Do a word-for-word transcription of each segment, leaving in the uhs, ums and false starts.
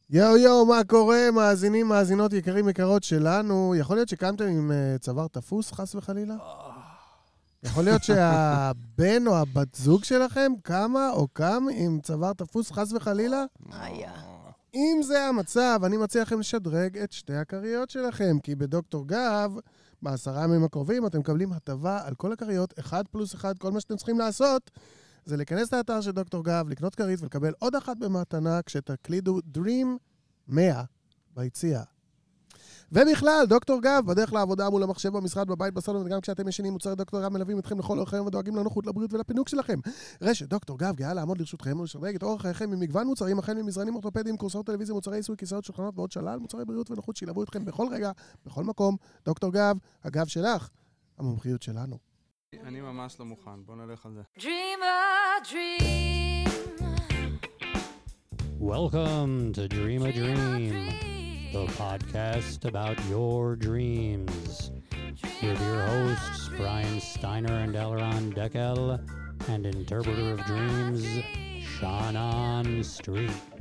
יו יו, מה קורה? מאזינים, מאזינות יקרים יקרות שלנו. יכול להיות שקמתם עם uh, צוואר תפוס, חס וחלילה? יכול להיות שהבן או הבת זוג שלכם קמה או קם עם צוואר תפוס, חס וחלילה? אם זה המצב, אני מציע לכם לשדרג את שתי הקריות שלכם, כי בדוקטור גב, בעשרה ימים הקרובים, אתם מקבלים הטבה על כל הקריות, אחד פלוס אחד, כל מה שאתם צריכים לעשות, זה להיכנס לאתר של דוקטור גב, לקנות כרית ולקבל עוד אחת במתנה, כשתקלידו Dream מאה ביציאה. ובכלל, דוקטור גב, בדרך לעבודה מול המחשב במשרד, בבית, בסלון, וגם כשאתם ישנים, מוצרי דוקטור גב מלווים אתכם לכל אורך היום ודואגים לנוחות, לבריאות ולפינוק שלכם. רשת דוקטור גב גאה לעמוד לרשותכם ולשדרג את אורח חייכם ממגוון מוצרים, החל ממזרנים אורתופדיים, קורסאות טלוויזיה, מוצרי עיסוי, כיסאות, שולחנות ועוד שלל, מוצרי בריאות ונוחות שילוו אתכם בכל רגע, בכל מקום. דוקטור גב, הגב שלך, המומחיות שלנו. אני ממש לא מוכן, בוא נלך על זה. Dream a dream. Welcome to Dream a Dream, the podcast about your dreams. With your hosts, Brian Steiner and Elron Deckel, and interpreter of dreams, Shannon Street.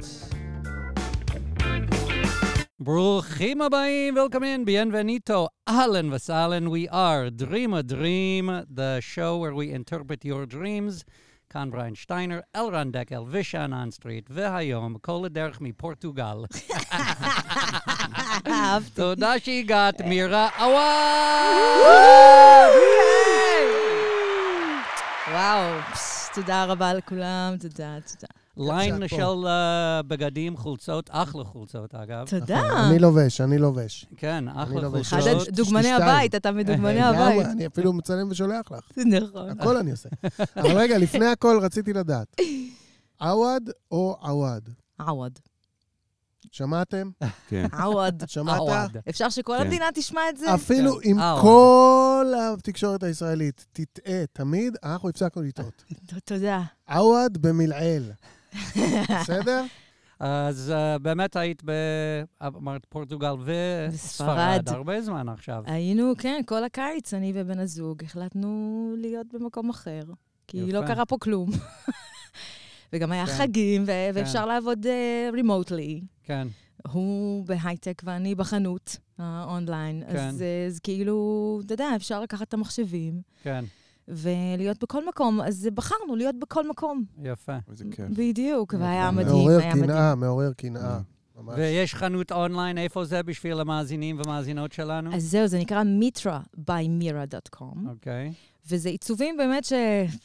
Bruchim abayim, welcome in, bienvenido, ahlan wasahlan. We are Dream a Dream, the show where we interpret your dreams. כאן בריין שטיינר, אלרן דקל ושאנן סטריט, והיום כל הדרך מפורטוגל. תודה שהגעת, מירה עווד! וואו, תודה רבה לכולם, תודה, תודה. ליין של בגדים, חולצות, אחלה חולצות אגב. תודה. אני לובש, אני לובש. כן, אחלה לובש. חולצות. אחד דוגמני הבית, אתה מדוגמני הבית. אני אפילו מצלם ושולח לך. נכון. הכל אני עושה. אבל רגע, לפני הכל רציתי לדעת. עווד או עווד? עווד. שמעתם? כן. עווד. שמעת? עווד. אפשר שכל המדינה תשמע את זה? אפילו כן. אם עווד. כל התקשורת הישראלית תטעה תמיד, אנחנו הפסקנו לטעות. תודה. עווד במלעיל. בסדר? אז uh, באמת היית באמרת פורטוגל וספרד, בספרד. הרבה זמן עכשיו. היינו, כן, כל הקיץ, אני ובן הזוג, החלטנו להיות במקום אחר, כי יפה. לא קרה פה כלום. וגם היה כן. חגים, ו- ואפשר לעבוד רימוטלי. כן. הוא בהייטק ואני בחנות האונליין. כן. אז, אז כאילו, אתה יודע, אפשר לקחת את המחשבים כן, ולהיות בכל מקום. אז בחרנו להיות בכל מקום. יפה. איזה כיף. בדיוק, והיה מדהים, מעורר היה מדהים. קנאה, מעורר קנאה. ממש. ויש חנות אונליין, איפה זה בשביל המאזינים ומאזינות שלנו? אז זהו, זה נקרא מיטרה ביי מירה דוט קום. אוקיי. וזה עיצובים באמת ש...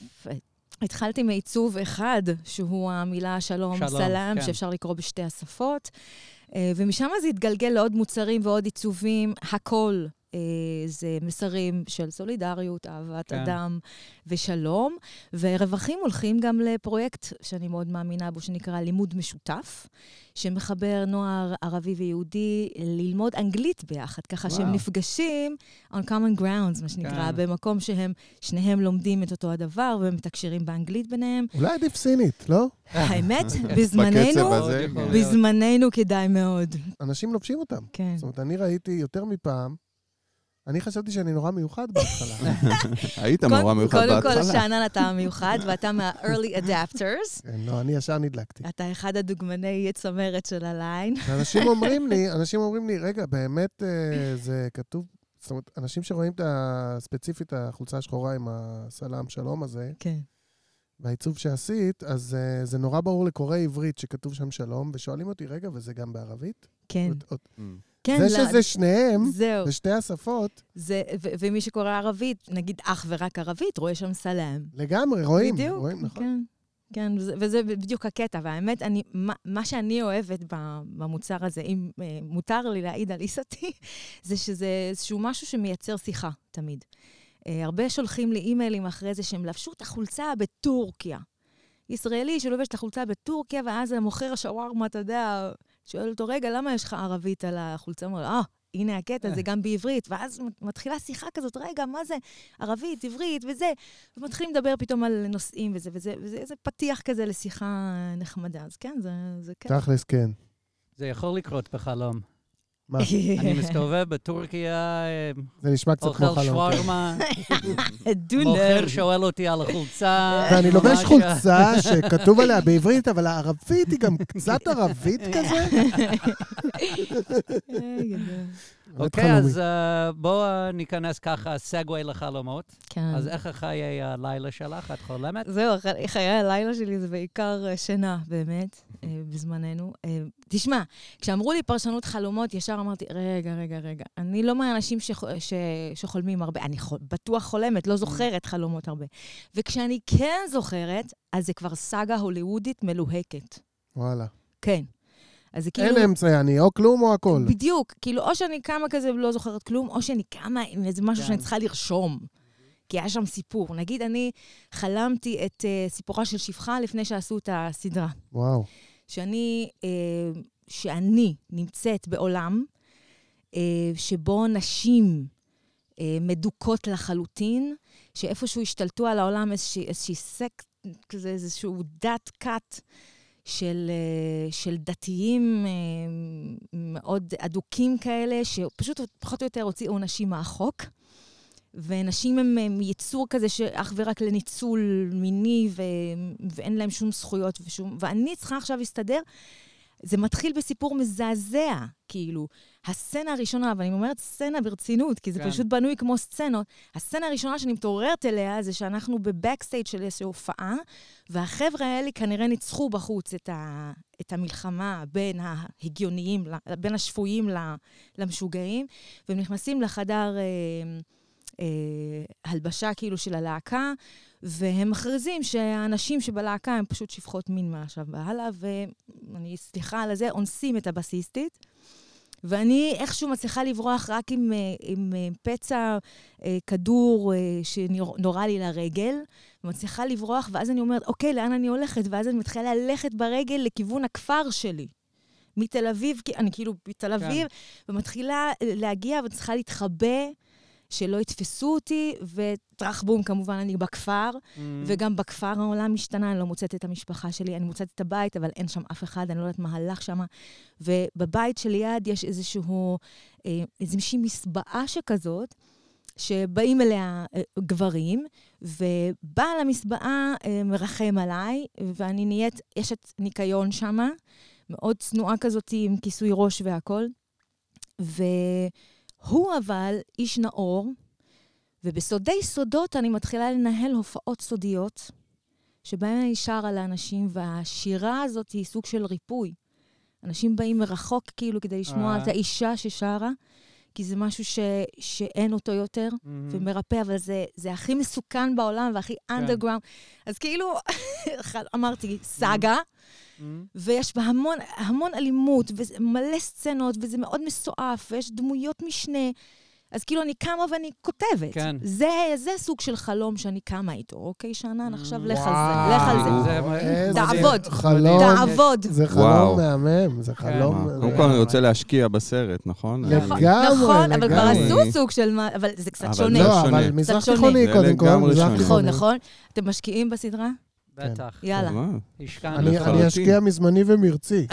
התחלתי מעיצוב אחד, שהוא המילה שלום, שלום, סלאם, כן. שאפשר לקרוא בשתי השפות. אה, ומשם זה התגלגל לעוד מוצרים ועוד עיצובים, הכל. אה, זה מסרים של סולידריות, אהבת כן. אדם ושלום. ורווחים הולכים גם לפרויקט שאני מאוד מאמינה בו, שנקרא לימוד משותף, שמחבר נוער ערבי ויהודי ללמוד אנגלית ביחד, ככה וואו. שהם נפגשים on common grounds, מה שנקרא, כן. במקום שהם, שניהם לומדים את אותו הדבר, והם מתקשרים באנגלית ביניהם. אולי עדיף סינית, לא? האמת, בקצב בזמננו, הזה, יכול כן. להיות. בזמננו כדאי מאוד. אנשים לובשים אותם. כן. זאת אומרת, אני ראיתי יותר מפעם, אני חשבתי שאני נורא מיוחד בהתחלה. היית נורא מיוחד קודם כל, בהתחלה. שאנן אתה מיוחד, ואתה מה-early adapters. כן, לא, אני ישר נדלקתי. אתה אחד הדוגמני צמרת של הליין. אנשים אומרים לי, אנשים אומרים לי, רגע, באמת אה, זה כתוב, זאת אומרת, אנשים שרואים את הספציפית החולצה השחורה עם הסלאם שלום הזה, כן. והעיצוב שעשית, אז אה, זה נורא ברור לקורא עברית שכתוב שם שלום, ושואלים אותי, רגע, וזה גם בערבית? כן. עוד- עוד- Mm. כן, זה לא, שזה שניהם, זהו. בשתי השפות, זה, ו- ומי שקורא ערבית, נגיד אך ורק ערבית, רואה שם סלאם. לגמרי, רואים, בדיוק, רואים, נכון. כן. כן, וזה, וזה בדיוק הקטע, והאמת, אני, מה, מה שאני אוהבת ב- במוצר הזה, אם אה, מותר לי להעיד על עיסתי, זה שזה איזשהו משהו שמייצר שיחה, תמיד. אה, הרבה שולחים לי אימיילים אחרי זה שהם לבשו את החולצה בטורקיה. ישראלי שלובש את החולצה בטורקיה, ואז המוכר השווארמה, אתה יודע, שואל אותו, רגע, למה יש לך ערבית על החולצה? הוא אומר, אה, הנה הקטע, זה גם בעברית. ואז מתחילה שיחה כזאת, רגע, מה זה? ערבית, עברית וזה. ומתחילים לדבר פתאום על נושאים וזה, וזה, וזה איזה פתיח כזה לשיחה נחמדה. אז כן, זה, זה כן. תכלס, כן. זה יכול לקרות בחלום. מה? אני מסתובב בטורקיה, זה נשמע קצת כמו אוכל חלום. שווארמה, דונר. מוכר שואל אותי על החולצה. ואני לובש ממש- חולצה שכתוב עליה בעברית, אבל הערבית היא גם קצת ערבית כזה. אה, גדול. אוקיי, אז uh, בואו ניכנס ככה סגווי לחלומות. כן. אז איך חיי הלילה שלך? את חולמת? זהו, ח- חיי הלילה שלי זה בעיקר אה, שינה, באמת, אה, בזמננו. אה, תשמע, כשאמרו לי פרשנות חלומות, ישר אמרתי, רגע, רגע, רגע, אני לא מהאנשים שח- ש- שחולמים הרבה, אני חול- בטוח חולמת, לא זוכרת חלומות הרבה. וכשאני כן זוכרת, אז זה כבר סאגה הוליוודית מלוהקת. וואלה. כן. אז זה כאילו... אין אמצע, אני או כלום או הכל. בדיוק, כאילו, או שאני קמה כזה ולא זוכרת כלום, או שאני קמה עם איזה משהו כן. שאני צריכה לרשום. כי היה שם סיפור. נגיד, אני חלמתי את uh, סיפורה של שפחה לפני שעשו את הסדרה. וואו. שאני, uh, שאני נמצאת בעולם uh, שבו נשים uh, מדוכות לחלוטין, שאיפשהו השתלטו על העולם איזושהי, איזושהי סקט, כזה איזשהו דת כת, של, uh, של דתיים uh, מאוד אדוקים כאלה, שפשוט פחות או יותר הוציאו נשים מהחוק. ונשים הם, הם יצור כזה שאך ורק לניצול מיני, ו, ואין להם שום זכויות ושום... ואני צריכה עכשיו להסתדר. זה מתחיל בסיפור מזעזע, כאילו. הסצנה הראשונה, ואני אומרת סצנה ברצינות, כי זה כן. פשוט בנוי כמו סצנות. הסצנה הראשונה שאני מתעוררת אליה, זה שאנחנו בבקסטייג' של איזושהי הופעה, והחבר'ה האלה כנראה ניצחו בחוץ את, ה, את המלחמה בין ההגיוניים, בין השפויים למשוגעים, והם נכנסים לחדר... אה, הלבשה כאילו של הלהקה, והם מכריזים שהאנשים שבלהקה הם פשוט שפחות מין מעכשיו והלאה, ואני סליחה על זה, אונסים את הבסיסטית, ואני איכשהו מצליחה לברוח רק עם, עם פצע כדור שנורא לי לרגל, ומצליחה לברוח, ואז אני אומרת, אוקיי, לאן אני הולכת? ואז אני מתחילה ללכת ברגל לכיוון הכפר שלי. מתל אביב, אני כאילו בתל אביב, כן. ומתחילה להגיע וצריכה להתחבא, שלא יתפסו אותי, וטרח בום, כמובן, אני בכפר, mm. וגם בכפר העולם משתנה, אני לא מוצאת את המשפחה שלי, אני מוצאת את הבית, אבל אין שם אף אחד, אני לא יודעת מה הלך שם, ובבית שליד יש איזשהו, איזושהי מסבעה שכזאת, שבאים אליה גברים, ובעל המסבעה מרחם עליי, ואני נהיית, יש את ניקיון שם, מאוד צנועה כזאת עם כיסוי ראש והכל, ו... הוא אבל איש נאור, ובסודי סודות אני מתחילה לנהל הופעות סודיות, שבהן אני שרה לאנשים, והשירה הזאת היא סוג של ריפוי. אנשים באים מרחוק כאילו כדי לשמוע את האישה ששרה, כי זה משהו ש... שאין אותו יותר, ומרפא, אבל זה, זה הכי מסוכן בעולם, והכי אנדרגראונד. אז כאילו, אמרתי, סאגה, ויש בה המון, המון אלימות, ומלא סצנות, וזה מאוד מסועף, ויש דמויות משנה. אז כאילו אני קמה ואני כותבת. כן. זה, זה סוג של חלום שאני קמה איתו, אוקיי, שאנן? עכשיו לך על זה, לך על זה. תעבוד, תעבוד. זה חלום מהמם, זה חלום... קודם כל אני רוצה להשקיע בסרט, נכון? לגמרי, נכון, אבל כבר עשו סוג של מה, אבל זה קצת שונה. לא, אבל מזרח תיכוני קודם כל. נכון, נכון. אתם משקיעים בסדרה? בטח. יאללה. אני אשקיע מזמני ומרצי.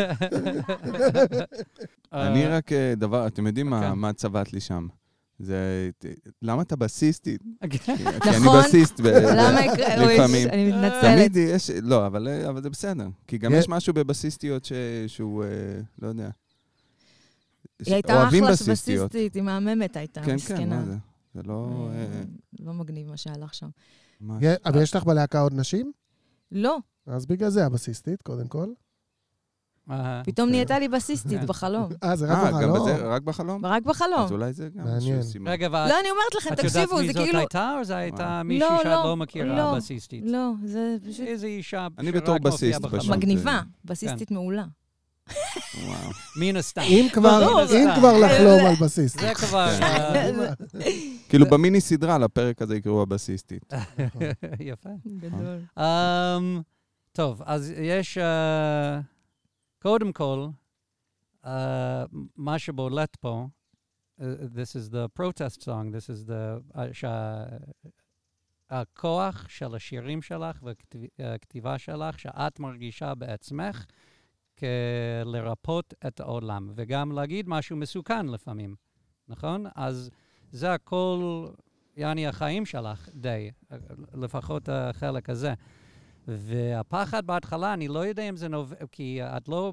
אני רק דבר, אתם יודעים מה צבט לי שם? זה, למה אתה בסיסטית? כי אני בסיסט לפעמים. אני מתנצלת. תמיד יש, לא, אבל זה בסדר. כי גם יש משהו בבסיסטיות שהוא, לא יודע. היא הייתה אחלה בסיסטית, היא מהממת הייתה, מסכנה. כן, כן, מה זה? זה לא... לא מגניב מה שהלך שם. אבל יש לך בלהקה עוד נשים? לא. אז בגלל זה הבסיסטית, קודם כל. פתאום נהייתה לי בסיסטית בחלום. אה, זה רק בחלום? רק בחלום? רק בחלום. אז אולי זה גם מעניין. רגע, לא, אני אומרת לכם, תקשיבו, זה כאילו... את יודעת מי זאת הייתה, או זו הייתה מישהי שאת לא מכירה בסיסטית? לא, זה פשוט... איזה אישה אני בתור בסיסט פשוט. מגניבה, בסיסטית מעולה. וואו. מן הסתם. אם כבר לחלום על בסיסט. זה כבר... כאילו במיני סדרה, לפרק הזה יקראו הבסיסטית. יפה. גדול. טוב, אז יש... קודם כל, מה שבולט פה, this is the protest song, this is the... הכוח של השירים שלך והכתיבה שלך, שאת מרגישה בעצמך, כלרפות את העולם, וגם להגיד משהו מסוכן לפעמים, נכון? אז זה הכל, יעני החיים שלך די, לפחות החלק הזה. והפחד בהתחלה, אני לא יודע אם זה נובע, כי את לא...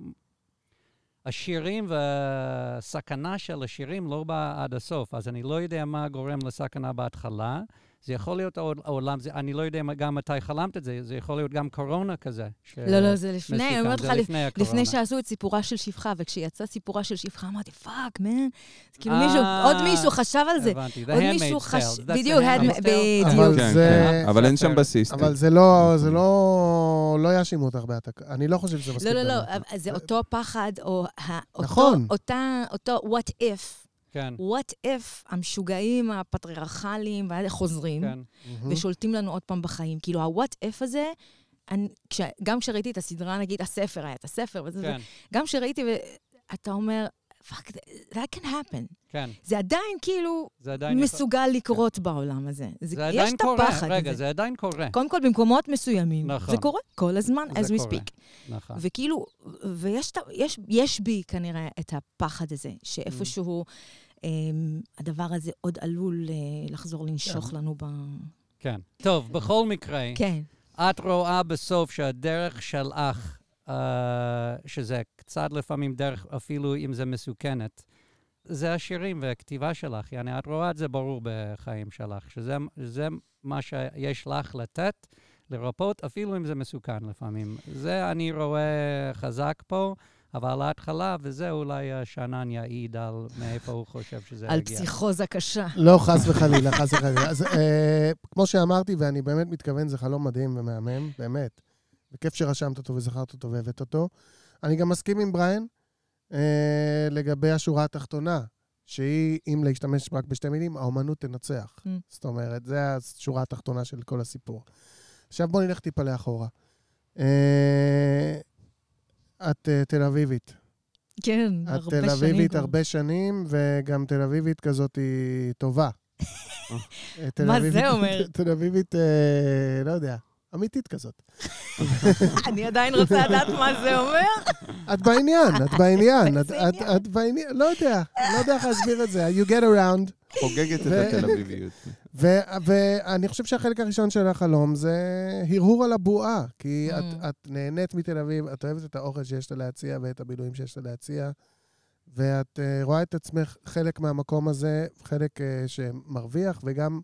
השירים והסכנה של השירים לא באה עד הסוף, אז אני לא יודע מה גורם לסכנה בהתחלה. זה יכול להיות העולם, זה, אני לא יודע גם מתי חלמת את זה, זה יכול להיות גם קורונה כזה. לא, לא, זה לפני, אני אומרת לך, לפני, לפני שעשו את סיפורה של שפחה, וכשיצא סיפורה של שפחה, אמרתי, פאק, מן, כאילו מישהו, עוד מישהו חשב על זה. הבנתי, עוד מישהו חשב, בדיוק, בדיוק. אבל אין שם בסיס. אבל זה לא, זה לא, לא יאשימו אותך בהעתקה. אני לא חושב שזה מספיק. לא, לא, לא, זה אותו פחד, או נכון. אותו what if. כן. what if המשוגעים הפטריארכליים והאלה חוזרים, כן. ושולטים לנו עוד פעם בחיים. כאילו, ה-what if הזה, אני, כש, גם כשראיתי את הסדרה, נגיד, הספר היה את הספר, וזה, כן. גם כשראיתי, אתה אומר, fuck, that can happen. כן. זה עדיין כאילו זה עדיין מסוגל יכול... לקרות כן. בעולם הזה. זה, זה עדיין קורה. יש את הפחד רגע, הזה. זה עדיין קורה. קודם כל, במקומות מסוימים, נכון. זה קורה כל הזמן, as we קורה. speak. נכון. וכאילו, ויש יש, יש בי כנראה את הפחד הזה, שאיפשהו... Um, הדבר הזה עוד עלול uh, לחזור לנשוך כן. לנו ב... כן. טוב, בכל מקרה, כן. את רואה בסוף שהדרך שלך, uh, שזה קצת לפעמים דרך, אפילו אם זה מסוכנת, זה השירים והכתיבה שלך. יעני, את רואה את זה ברור בחיים שלך, שזה זה מה שיש לך לתת, לרפות, אפילו אם זה מסוכן לפעמים. זה אני רואה חזק פה. אבל להתחלה, וזה אולי השנן יעיד על מאיפה הוא חושב שזה יגיע. על פסיכוזה קשה. לא, חס וחלילה, חס וחלילה. אז אה, כמו שאמרתי, ואני באמת מתכוון, זה חלום מדהים ומהמם, באמת. וכיף שרשמת אותו וזכרת אותו והבאת אותו. אני גם מסכים עם בריין אה, לגבי השורה התחתונה, שהיא, אם להשתמש רק בשתי מילים, האומנות תנצח. Mm. זאת אומרת, זה השורה התחתונה של כל הסיפור. עכשיו בוא נלך טיפה לאחורה. אה... את uh, תל אביבית. כן, הרבה את שנים. את תל אביבית הרבה שנים, וגם תל אביבית כזאת היא טובה. מה זה אומר? תל אביבית, לא יודע, אמיתית כזאת. אני עדיין רוצה לדעת מה זה אומר. את בעניין, את בעניין. את בעניין, לא יודע, לא יודע איך להסביר את זה. You get around. חוגגת את התל אביביות. ואני חושב שהחלק הראשון של החלום זה הרהור על הבועה, כי את נהנית מתל אביב, את אוהבת את האוכל שיש לה להציע ואת הבילויים שיש לה להציע, ואת רואה את עצמך חלק מהמקום הזה, חלק שמרוויח וגם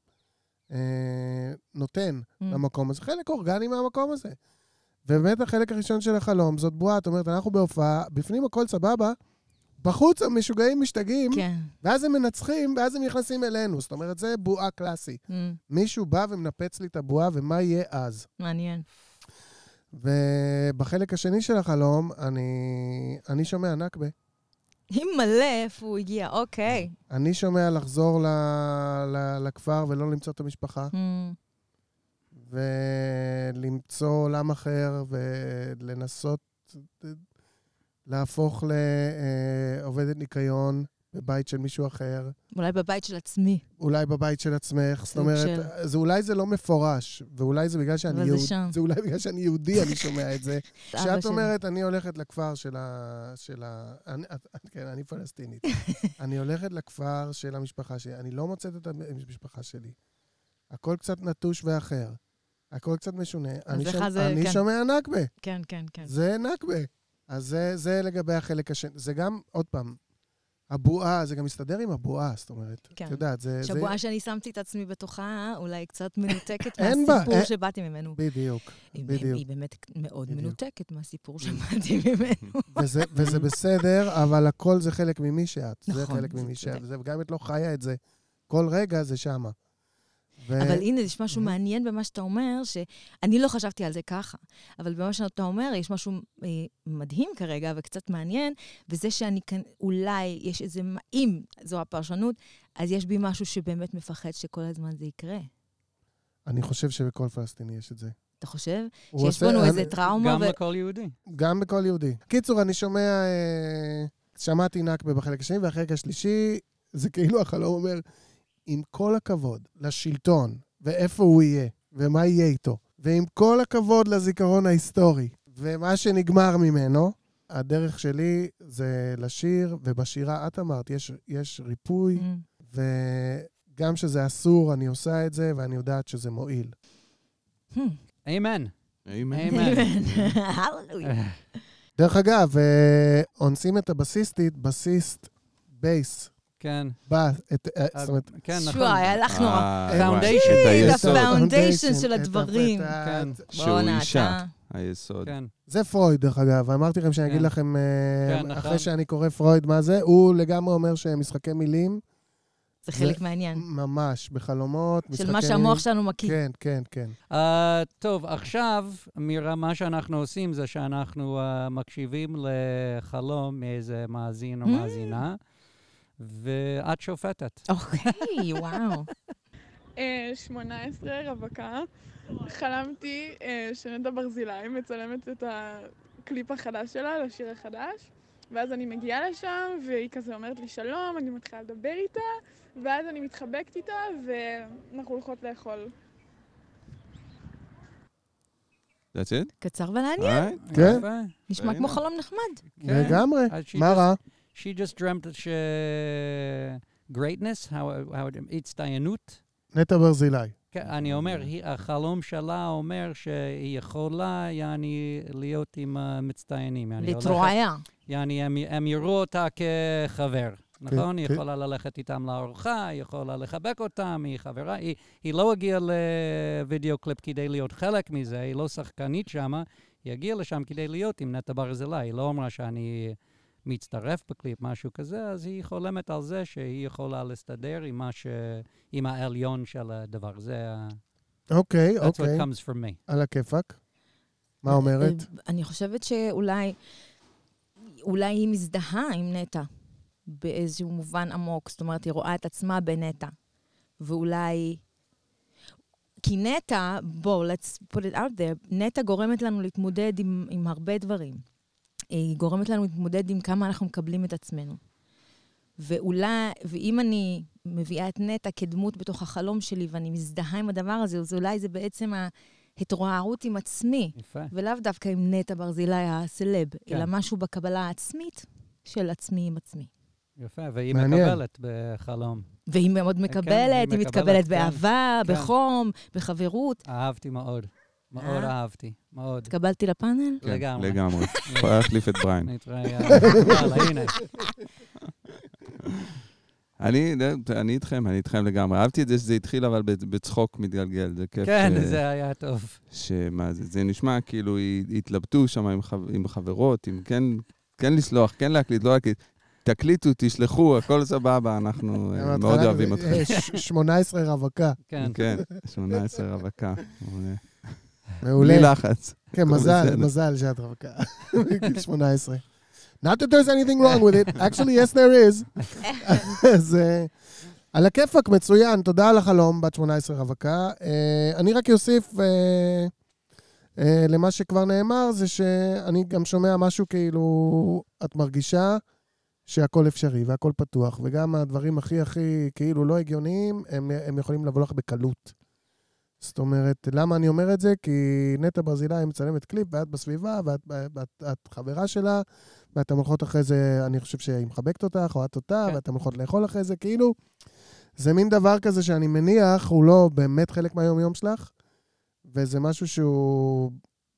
נותן למקום הזה, חלק אורגני מהמקום הזה. ובאמת החלק הראשון של החלום זאת בועה, את אומרת, אנחנו בהופעה, בפנים הכל סבבה, בחוץ המשוגעים משתגעים, כן. ואז הם מנצחים, ואז הם נכנסים אלינו. זאת אומרת, זה בועה קלאסי. Mm. מישהו בא ומנפץ לי את הבועה, ומה יהיה אז? מעניין. ובחלק השני של החלום, אני, אני שומע נקבה. אם מלא איפה הוא הגיע, אוקיי. אני שומע לחזור ל, ל, לכפר ולא למצוא את המשפחה. Mm. ולמצוא עולם אחר, ולנסות... להפוך לעובדת ניקיון בבית של מישהו אחר. אולי בבית של עצמי. אולי בבית של עצמך. זאת אומרת, זה אולי זה לא מפורש, ואולי זה בגלל שאני יהודי. זה אולי בגלל שאני יהודי, אני שומע את זה. כשאת אומרת, אני הולכת לכפר של ה... כן, אני פלסטינית. אני הולכת לכפר של המשפחה שלי. אני לא מוצאת את המשפחה שלי. הכל קצת נטוש ואחר. הכל קצת משונה. אני שומע נקבה. כן, כן, כן. זה נקבה. אז זה, זה לגבי החלק השני. זה גם, עוד פעם, הבועה, זה גם מסתדר עם הבועה, זאת אומרת. כן. את יודעת, זה... שהבועה זה... שאני שמתי את עצמי בתוכה, אולי קצת מנותקת מהסיפור בה, שבאתי ממנו. בדיוק, היא, בדיוק. היא באמת מאוד בדיוק. מנותקת מהסיפור שבאתי ממנו. וזה, וזה בסדר, אבל הכל זה חלק ממי שאת. נכון. זה חלק ממי שאת. וגם אם את לא חיה את זה, כל רגע זה שמה. ו... אבל הנה, יש משהו מעניין במה שאתה אומר, שאני לא חשבתי על זה ככה, אבל במה שאתה אומר, יש משהו אה, מדהים כרגע וקצת מעניין, וזה שאני כאן, אולי יש איזה, אם זו הפרשנות, אז יש בי משהו שבאמת מפחד שכל הזמן זה יקרה. אני חושב שבכל פלסטיני יש את זה. אתה חושב? שיש בנו איזה טראומה? גם בכל יהודי. גם בכל יהודי. קיצור, אני שומע, אה, שמעתי נקבה בחלק השני, והחלק השלישי, זה כאילו החלום אומר, עם כל הכבוד לשלטון, ואיפה הוא יהיה, ומה יהיה איתו, ועם כל הכבוד לזיכרון ההיסטורי, ומה שנגמר ממנו, הדרך שלי זה לשיר, ובשירה, את אמרת, יש, יש ריפוי, Mm. וגם שזה אסור, אני עושה את זה, ואני יודעת שזה מועיל. אמן. אמן. הללויה. דרך אגב, אה, אונסים את הבסיסטית, בסיסט, בייס, כן. בא, את, אה, זאת אומרת, כן, נכון. שוואי, הלך נורא. אה, Foundation. את זה היסוד, הפאונדיישן של את ה- הדברים. את ה- כן. שהוא בואנה, אישה, אתה- היסוד. כן. זה פרויד, דרך אגב. אמרתי לכם שאני אגיד כן. לכם, אה, כן, נכון. אחרי שאני קורא פרויד, מה זה? הוא לגמרי אומר שמשחקי מילים, זה חלק מהעניין. ממש, בחלומות, משחקי של מילים. מה שהמוח שלנו מכיר. כן, כן, כן. Uh, טוב, עכשיו, מירה, מה שאנחנו עושים זה שאנחנו uh, מקשיבים לחלום מאיזה מאזין או Mm. מאזינה, ואת שופטת. אוקיי, וואו. אה, שמונה עשרה, רווקה. חלמתי אה, שנטע ברזילי מצלמת את הקליפ החדש שלה, לשיר החדש, ואז אני מגיעה לשם, והיא כזה אומרת לי שלום, אני מתחילה לדבר איתה, ואז אני מתחבקת איתה, ואנחנו הולכות לאכול. That's it? קצר ולעניין. Alright. כן. יפה. נשמע כמו חלום נחמד. כן. לגמרי. אז she מה just- רע? She just dreamt ש... greatness, how, how it, הצטיינות. נטע ברזילי. כן, אני אומר, היא, החלום שלה אומר שהיא יכולה, יעני, להיות עם המצטיינים. יעני, הולכת- להתרועע. יעני, הם, הם יראו אותה כחבר, נכון? היא כן. יכולה ללכת איתם לארוחה, היא יכולה לחבק אותם, היא חברה. היא, היא לא הגיעה לוידאו קליפ כדי להיות חלק מזה, היא לא שחקנית שמה, היא הגיעה לשם כדי להיות עם נטע ברזילי. היא לא אמרה שאני מצטרף בקליפ, משהו כזה, אז היא חולמת על זה שהיא יכולה להסתדר עם, מה ש... עם העליון של הדבר. זה ה... אוקיי, That's אוקיי. what comes from me. על הכיפק. מה אומרת? אני חושבת שאולי אולי היא מזדהה עם נטע באיזשהו מובן עמוק. זאת אומרת, היא רואה את עצמה בנטע. ואולי... כי נטע, בואו, let's put it out there, נטע גורמת לנו להתמודד עם, עם הרבה דברים. היא גורמת לנו להתמודד עם כמה אנחנו מקבלים את עצמנו. ואולי, ואם אני מביאה את נטע כדמות בתוך החלום שלי, ואני מזדהה עם הדבר הזה, אז אולי זה בעצם ההתרועעות עם עצמי, יפה. ולאו דווקא עם נטע ברזילי הסלב, כן. אלא משהו בקבלה העצמית של עצמי עם עצמי. יפה, והיא מעניין. מקבלת בחלום. והיא מאוד היא מקבלת, היא מקבלת, מתקבלת כן. באהבה, כן. בחום, בחברות. אהבתי מאוד. מאוד אה? אהבתי. מאוד. התקבלתי לפאנל? כן, לגמרי. לגמרי. יכולה להחליף את בריין. נתראה. יאללה, הנה. אני אני איתכם, אני איתכם לגמרי. אהבתי את זה שזה התחיל, אבל בצחוק מתגלגל. זה כיף. כן, ש- זה היה טוב. שמה זה, זה נשמע כאילו התלבטו שם עם, חב, עם חברות, עם כן, כן לסלוח, כן להקליט, לא להקליט. תקליטו, תשלחו, הכל סבבה, אנחנו אה, מאוד בהתחלה, אוהבים אתכם. אה, ש- שמונה עשרה רווקה. כן. כן, שמונה עשרה רווקה. מעולה. מעולה. בלי לחץ. כן, הכל מזל, בסדר. מזל שאת רווקה. בגיל שמונה עשרה. Not that there's anything wrong with it. Actually, yes, there is. אז אה, על הכיפק, מצוין. תודה על החלום, בת שמונה עשרה רווקה. אה, אני רק אוסיף אה, אה, למה שכבר נאמר, זה שאני גם שומע משהו כאילו, את מרגישה שהכל אפשרי והכל פתוח, וגם הדברים הכי הכי כאילו לא הגיוניים, הם, הם יכולים לבוא לך בקלות. זאת אומרת, למה אני אומר את זה? כי נטע ברזילי מצלמת קליפ, ואת בסביבה, ואת, ואת, את חברה שלה, ואתם הולכות אחרי זה, אני חושב שהיא מחבקת אותך, או את אותה, כן. ואתם הולכות לאכול אחרי זה, כאילו, זה מין דבר כזה שאני מניח, הוא לא באמת חלק מהיום-יום שלך, וזה משהו שהוא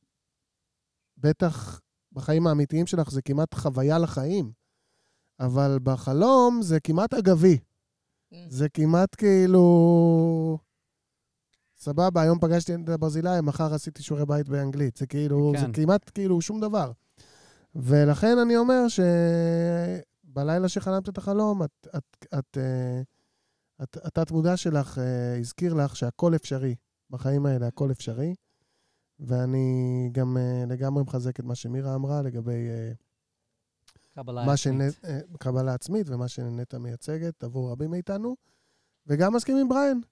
בטח בחיים האמיתיים שלך, זה כמעט חוויה לחיים, אבל בחלום זה כמעט אגבי. זה כמעט כאילו... סבבה, היום פגשתי את ברזילי, מחר עשיתי שיעורי בית באנגלית. זה כאילו, כן. זה כמעט כאילו שום דבר. ולכן אני אומר שבלילה שחלמת את החלום, את, את, את, את, את, התמודה שלך הזכיר לך שהכל אפשרי. בחיים האלה הכל אפשרי. ואני גם לגמרי מחזק את מה שמירה אמרה לגבי קבלה מה עצמית. שנ... קבלה עצמית ומה שנטע מייצגת עבור רבים מאיתנו. וגם מסכים עם בריין.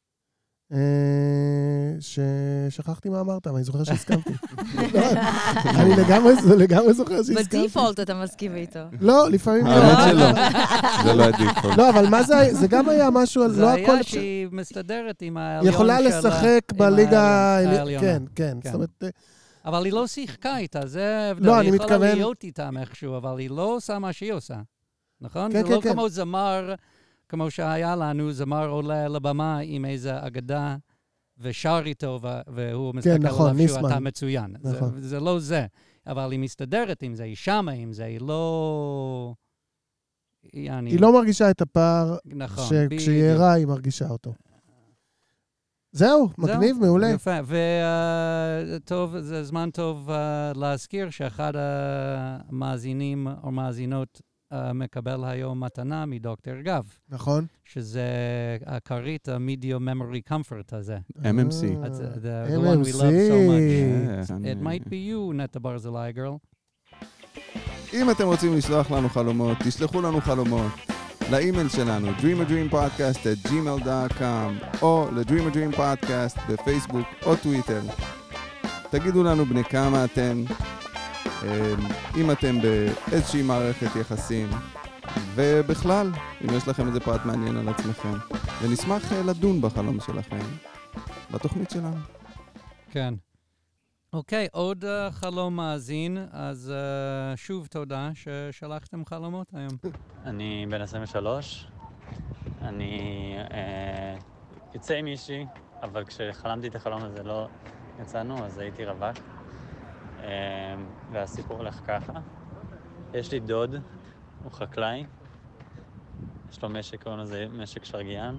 ששכחתי מה אמרת, אבל אני זוכר שהסכמתי. אני לגמרי זוכר שהסכמתי. בדיפולט אתה מסכים איתו. לא, לפעמים לא. האמת שלא. זה לא הדיפולט. לא, אבל מה זה, זה גם היה משהו, זה לא היה הכל... שהיא מסתדרת עם העליון של... יכולה לשחק עם בליגה... העליונה. כן, כן. כן. זאת אומרת, אבל היא לא שיחקה איתה, זה ההבדל. לא, אני היא יכולה מתכוון- להיות איתם איכשהו, אבל היא לא עושה מה שהיא עושה. נכון? כן, זה כן, לא כן. כמו זמר, כמו שהיה לנו, זמר עולה לבמה עם איזה אגדה, ושר איתו, ו- והוא מסתכל נכון, עליו שהוא ניסמן. אתה מצוין. נכון. זה, זה לא זה. אבל היא מסתדרת עם זה, היא שמה עם זה, היא לא... יעני, היא לא מרגישה את הפער נכון, שכשהיא בדיוק. ערה היא מרגישה אותו. זהו, מגניב, מעולה. יפה, וטוב, זה זמן טוב uh, להזכיר שאחד המאזינים או מאזינות uh, מקבל היום מתנה מדוקטור גב, נכון. שזה הכרית ה-Medium Memory Comfort הזה. אם אם סי. אז, uh, the, the M one M we C. love so much. כן, It might be you, נטע ברזילי girl. אם אתם רוצים לשלוח לנו חלומות, תשלחו לנו חלומות לאימייל שלנו, dream a dream podcast at gmail dot com, או ל-dream a dream podcast בפייסבוק או טוויטר. תגידו לנו בני כמה אתם, אם אתם באיזושהי מערכת יחסים, ובכלל, אם יש לכם איזה פרט מעניין על עצמכם, ונשמח לדון בחלום שלכם, בתוכנית שלנו. כן. אוקיי, עוד uh, חלום מאזין, אז uh, שוב תודה ששלחתם חלומות היום. אני בן עשרים ושלוש, אני אה, יוצא עם מישהי, אבל כשחלמתי את החלום הזה לא יצאנו, אז הייתי רווק. אה, והסיפור הולך ככה. יש לי דוד, הוא חקלאי, יש לו משק, קוראים לזה משק שרגיאן,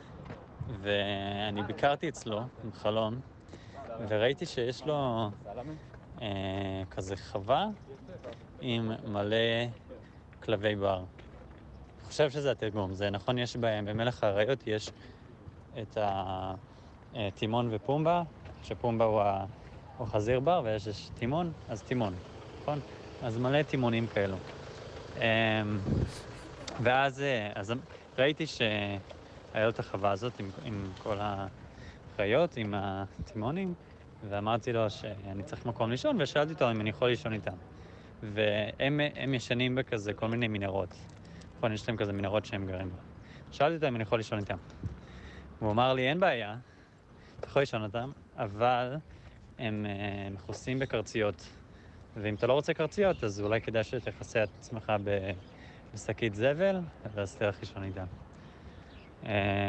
ואני ביקרתי אצלו עם חלום, וראיתי שיש לו אה, כזה חווה עם מלא כלבי בר. אני חושב שזה התרגום, זה נכון, יש בהם, במלך האריות יש את הטימון ופומבה, שפומבה הוא, ה, הוא חזיר בר ויש יש טימון, אז טימון, נכון? אז מלא טימונים כאלו. ואז אז ראיתי שהיה לו את החווה הזאת עם, עם כל החיות, עם הטימונים, ואמרתי לו שאני צריך מקום לישון, ושאלתי אותו אם אני יכול לישון איתם. והם הם ישנים בכזה כל מיני מנהרות. נכון, יש להם כזה מנהרות שהם גרים בה. שאלתי אותם אם אני יכול לישון איתם. הוא אמר לי, אין בעיה, אתה יכול לישון אותם, אבל הם uh, מכוסים בקרציות. ואם אתה לא רוצה קרציות, אז אולי כדאי שתכסה את עצמך בשקית זבל, ואז תלך לישון איתם. Uh,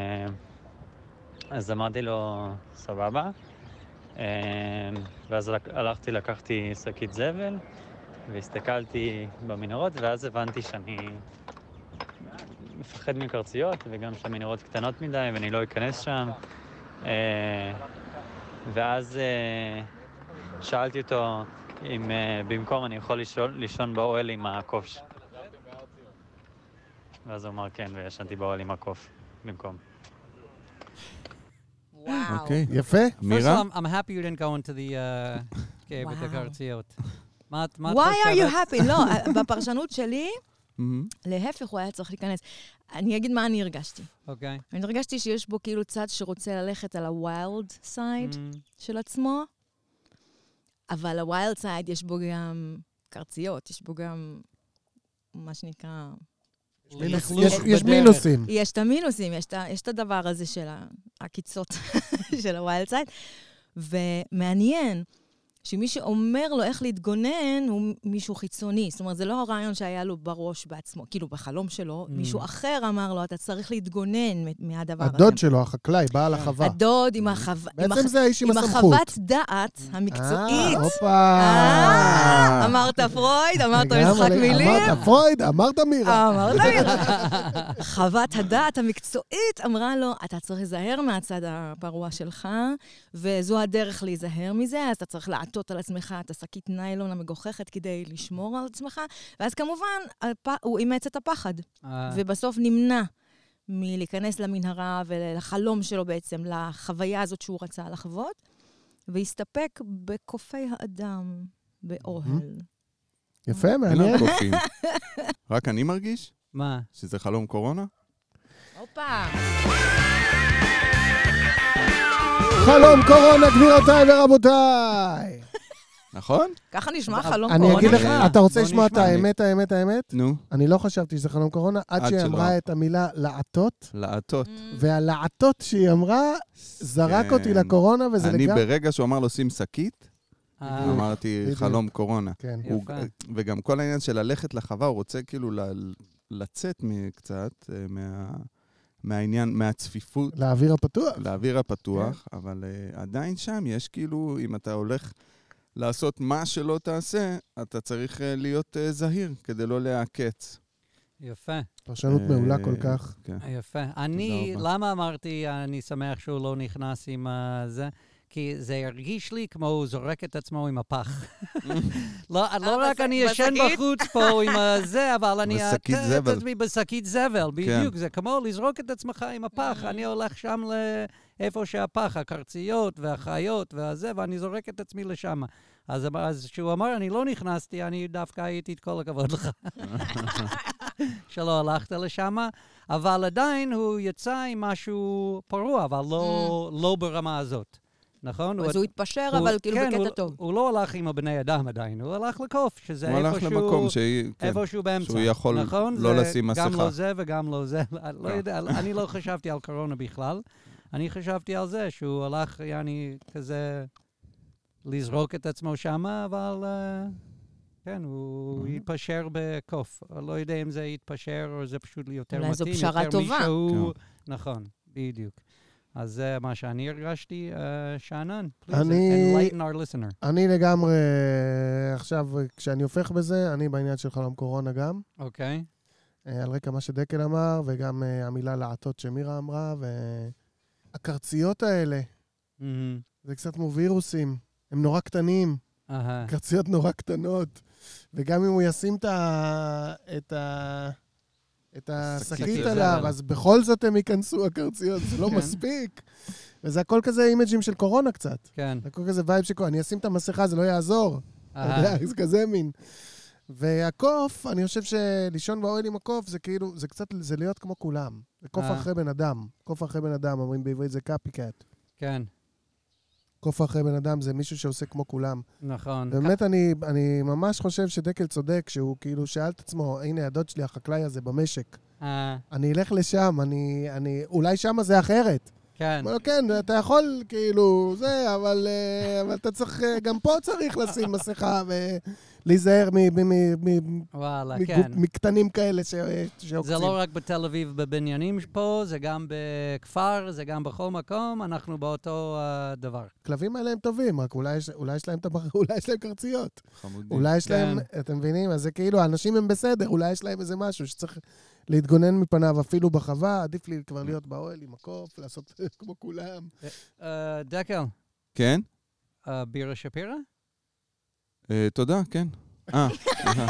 אז אמרתי לו, סבבה. Uh, ואז הלכתי, לקחתי שקית זבל, והסתכלתי במנהרות, ואז הבנתי שאני מפחד מקרציות, וגם שהמנהרות קטנות מדי, ואני לא אכנס שם. ואז שאלתי אותו אם במקום אני יכול לישון, לישון באוהל עם הקוף. ואז הוא אמר כן, וישנתי באוהל עם הקוף במקום. וואו. אוקיי. יפה. First of מירה? all, I'm, I'm happy you didn't go into the uh, cave with the Wow. קרציות. מה את מה את Why are you חושבת? happy? לא, בפרשנות שלי, מהמם. להפך, הוא היה צריך להיכנס. אני אגיד מה אני הרגשתי. אוקיי. אני הרגשתי שיש בו כאילו צד שרוצה ללכת על ה-wild side Mm, של עצמו, אבל ה-wild side יש בו גם קרציות, יש בו גם מה שנקרא... לכלוך יש- יש בדרך. מינוסים. יש את המינוסים, יש את ה- יש את הדבר הזה של ה- הקיצות של ה-wild side, ומעניין שמי שאומר לו איך להתגונן הוא מישהו חיצוני. זאת אומרת, זה לא הרעיון שהיה לו בראש בעצמו, כאילו בחלום שלו, Mm. מישהו אחר אמר לו, אתה צריך להתגונן מהדבר הזה. הדוד שלו, החקלאי, בעל החווה. הדוד עם החווה... עם בעצם הח- זה האיש עם עם הסמכות. החוות דעת המקצועית. אה, הופה. אה, אמרת פרויד, אמרת לגמרי, משחק מילים. אמרת פרויד, אמרת מירה. אמרת מירה. חוות הדעת המקצועית אמרה לו, אתה צריך להיזהר מהצד הפרוע שלך, וזו הדרך להיזהר מזה, אז אתה צריך לעטות על עצמך את השקית ניילון המגוחכת כדי לשמור על עצמך, ואז כמובן הפ- הוא אימץ את הפחד, אה, ובסוף נמנע מלהיכנס למנהרה ולחלום שלו בעצם, לחוויה הזאת שהוא רצה לחוות, והסתפק בקופי האדם באוהל. יפה, אין מעניין. לנו קופים. רק אני מרגיש מה? שזה חלום קורונה? הופה. חלום קורונה, גבירותיי ורבותיי. נכון? ככה נשמע חלום אני קורונה. אגיד לך, אה, אתה רוצה בוא לשמוע את נשמע. האמת, האמת, האמת? נו, אני לא חשבתי שזה חלום קורונה, עד עד שהיא שלא. אמרה את המילה לעטות, לעטות. Mm. והלעטות שהיא אמרה, זרק כן. אותי לקורונה, וזה אני לגמרי... ברגע שהוא אמר לו שים שקית, אה, אמרתי בדיוק. חלום קורונה. כן. הוא- יפה. וגם כל העניין של ללכת לחווה, הוא רוצה כאילו ל- לצאת קצת מה... מהעניין, מהצפיפות, לאוויר הפתוח. לאוויר הפתוח, אבל uh, עדיין שם יש כאילו, אם אתה הולך לעשות מה שלא תעשה, אתה צריך uh, להיות uh, זהיר כדי לא להעקץ. יפה, פרשנות אה, מעולה כל כך. כן. יפה. אני, רבה. למה אמרתי, אני שמח שהוא לא נכנס עם uh, זה? כי זה הרגיש לי כמו הוא זורק את עצמו עם הפח. לא, לא רק אני ישן בחוץ פה עם זה, אבל אני בשקית אעטה את זבל. עצמי בשקית זבל, בדיוק. זה כמו לזרוק את עצמך עם הפח. אני הולך שם לאיפה שהפח, הקרציות והחיות והזה, ואני זורק את עצמי לשם. אז אז כשהוא אמר, אני לא נכנסתי, אני דווקא הייתי את כל הכבוד לך. שלא הלכת לשם, אבל עדיין הוא יצא עם משהו פרוע, אבל לא, לא ברמה הזאת. נכון? אז הוא התפשר, אבל כאילו כן, בקטע הוא, טוב. הוא לא הלך עם הבני אדם עדיין, הוא הלך לקוף, שזה הוא הלך איפשהו, למקום שהיא, כן, איפשהו באמצע. שהוא יכול נכון? לא זה לשים גם מסכה. לא זה וגם לא זה. לא יודע, אני לא חשבתי על קורונה בכלל. אני חשבתי על זה שהוא הלך, יעני, כזה, לזרוק את עצמו שמה, אבל uh, כן, הוא יתפשר בקוף. לא יודע אם זה יתפשר או זה פשוט יותר מתאים. אולי זו פשרה יותר טובה. מישהו... נכון, בדיוק. אז זה מה שאני הרגשתי. uh, שאנן, please, אני- enlighten our listener. אני לגמרי, עכשיו, כשאני הופך בזה, אני בעניין של חלום קורונה גם, אוקיי. אה, על רקע מה שדקל אמר, וגם אה, המילה לעטות שמירה אמרה, והקרציות האלה, מהמם. זה קצת כמו וירוסים, הם נורא קטנים, אהה. קרציות נורא קטנות, וגם אם הוא ישים את ה... את ה... את השקית שקית עליו, זבל. אז בכל זאת הם ייכנסו הקרציות, זה לא כן. מספיק. וזה הכל כזה אימג'ים של קורונה קצת. כן. זה הכל כזה וייב של קורונה, אני אשים את המסכה, זה לא יעזור. אתה אהה. יודע, זה כזה מין. והקוף, אני חושב שלישון באוהל עם הקוף, זה כאילו, זה קצת, זה להיות כמו כולם. זה קוף אה. אחרי בן אדם. קוף אחרי בן אדם, אומרים בעברית זה קאפי-קאט. כן, קוף אחרי בן אדם זה מישהו שעושה כמו כולם. נכון. באמת, אני, אני ממש חושב שדקל צודק, שהוא כאילו שאל את עצמו, הנה הדוד שלי, החקלאי הזה במשק. אה, אני אלך לשם, אני, אני, אולי שם זה אחרת. כן. אומר לו, כן, אתה יכול, כאילו, זה, אבל, אה, אבל אתה צריך, אה, גם פה צריך לשים מסכה ולהיזהר מ- מ- מ- מ- וואלה, מגו- כן. מקטנים כאלה ש- זה שעוקצים. לא רק בתל אביב בבניינים פה, זה גם בכפר, זה גם בכל מקום, אנחנו באותו uh, דבר. הכלבים האלה הם טובים, רק אולי יש- אולי יש להם את הבר- אולי יש להם קרציות. חמודים. אולי יש להם, אתם מבינים? אז זה כאילו, האנשים הם בסדר, אולי יש להם איזה משהו שצריך להתגונן מפניו, אפילו בחווה, עדיף לי כבר להיות באוהל עם הקוף, לעשות כמו כולם. Uh, דקל, כן? uh, בירה שפירא? אה, תודה, כן. אה, סליחה.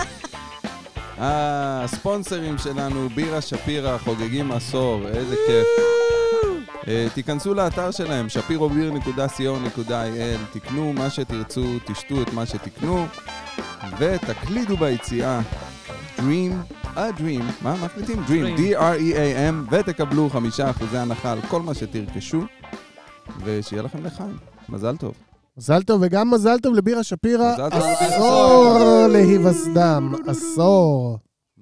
אה, הספונסרים שלנו, בירה שפירא, חוגגים עשור, איזה כיף. אה, תיכנסו לאתר שלהם, שפירו ביר נקודה סי או נקודה איי אל, תקנו מה שתרצו, תשתו את מה שתקנו, ותקלידו ביציאה Dream, a Dream, מה? מה קליטים? Dream, Dream. D-R-E-A-M, ותקבלו חמישה אחוזי הנחה על כל מה שתרכשו, ושיהיה לכם לחיים. מזל טוב. מזל טוב, וגם מזל טוב לבירה שפירא, מזל טוב לבירה עשור להיווסדם, עשור.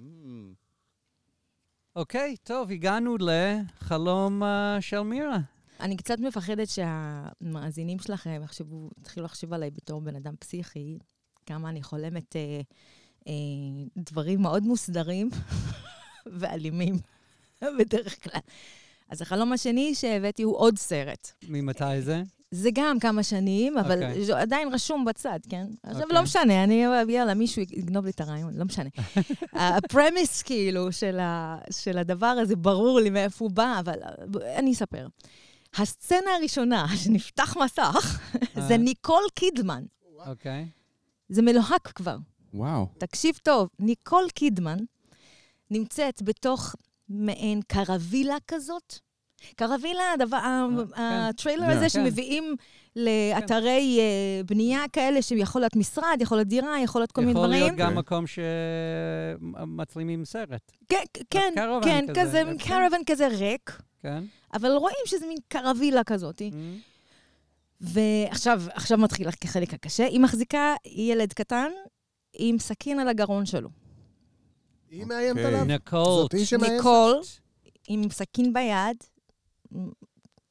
אוקיי, טוב, הגענו לחלום uh, של מירה. אני קצת מפחדת שהמאזינים שלכם יחשבו, התחילו לחשוב עליי בתור בן אדם פסיכי, כמה אני חולמת אה, אה, דברים מאוד מוסדרים ואלימים בדרך כלל. אז החלום השני שהבאתי הוא עוד סרט. ממתי זה? זה גם כמה שנים, אבל אוקיי. זה עדיין רשום בצד, כן? עכשיו אוקיי. לא משנה, אני, יאללה, מישהו יגנוב לי את הרעיון, לא משנה. הפרמיס, כאילו, של, ה, של הדבר הזה, ברור לי מאיפה הוא בא, אבל אה, אני אספר. הסצנה הראשונה שנפתח מסך, זה ניקול קידמן. אוקיי. זה מלוהק כבר. וואו. תקשיב טוב, ניקול קידמן נמצאת בתוך מעין קרווילה כזאת. קרווילה, הדבר, הטריילר כן. הזה כן. שמביאים לאתרי אה, בנייה כאלה, שיכול להיות משרד, יכול להיות דירה, יכול להיות כל מיני יכול דברים. להיות גם כן. מקום שמצלימים סרט. כן, כן, קרוון כן, כזה, כזה, מין יפה. קרוון כזה ריק, כן? אבל רואים שזה מין קרווילה כזאת. Mm. ועכשיו עכשיו מתחיל החלק הקשה. היא מחזיקה ילד קטן עם סכין על הגרון שלו. היא מאיימת אוקיי. עליו? ניקול. זאת היא שמאיימת? ניקול, עם סכין ביד,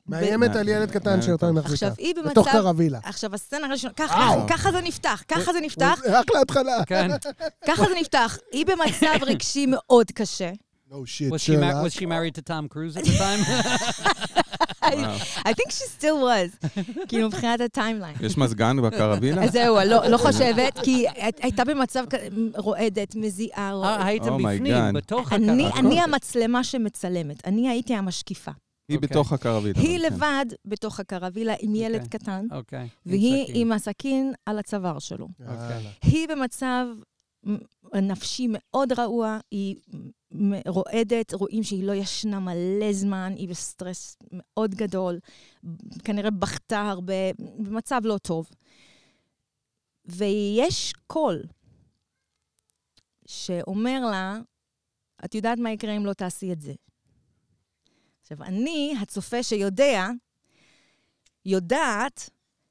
מאיימת על ילד קטן שאותה מחזיקה. עכשיו, היא במצב... בתוך קרווילה. עכשיו, הסצנה הראשונה, ככה, ככה זה נפתח, ככה זה נפתח, רק להתחלה. כן. ככה זה נפתח. היא במצב רגשי מאוד קשה. No shit, Was she, mar- Sherlock. was she married to Tom Cruise at the time? I think she still was, כאילו מבחינת הטיימליין. יש מזגן בקרווילה? אז זהו, לא לא חושבת, כי הייתה במצב כ- רועדת, מזיעה, אה, רועדת. הייתם Oh my בפנים, God. בתוך אני הקרווילה. אני המצלמה שמצלמת, אני הייתי המשקיפה. היא אוקיי. בתוך הקרווילה. היא אבל כן. לבד בתוך הקרווילה עם ילד אוקיי. קטן, אוקיי. והיא סכין. עם הסכין על הצוואר שלו. יאללה. היא במצב נפשי מאוד רעוע, היא מ- רועדת, רואים שהיא לא ישנה מלא זמן, היא בסטרס מאוד גדול, כנראה בכתה הרבה, במצב לא טוב. ויש קול שאומר לה, את יודעת מה יקרה אם לא תעשי את זה. עכשיו, אני, הצופה שיודע, יודעת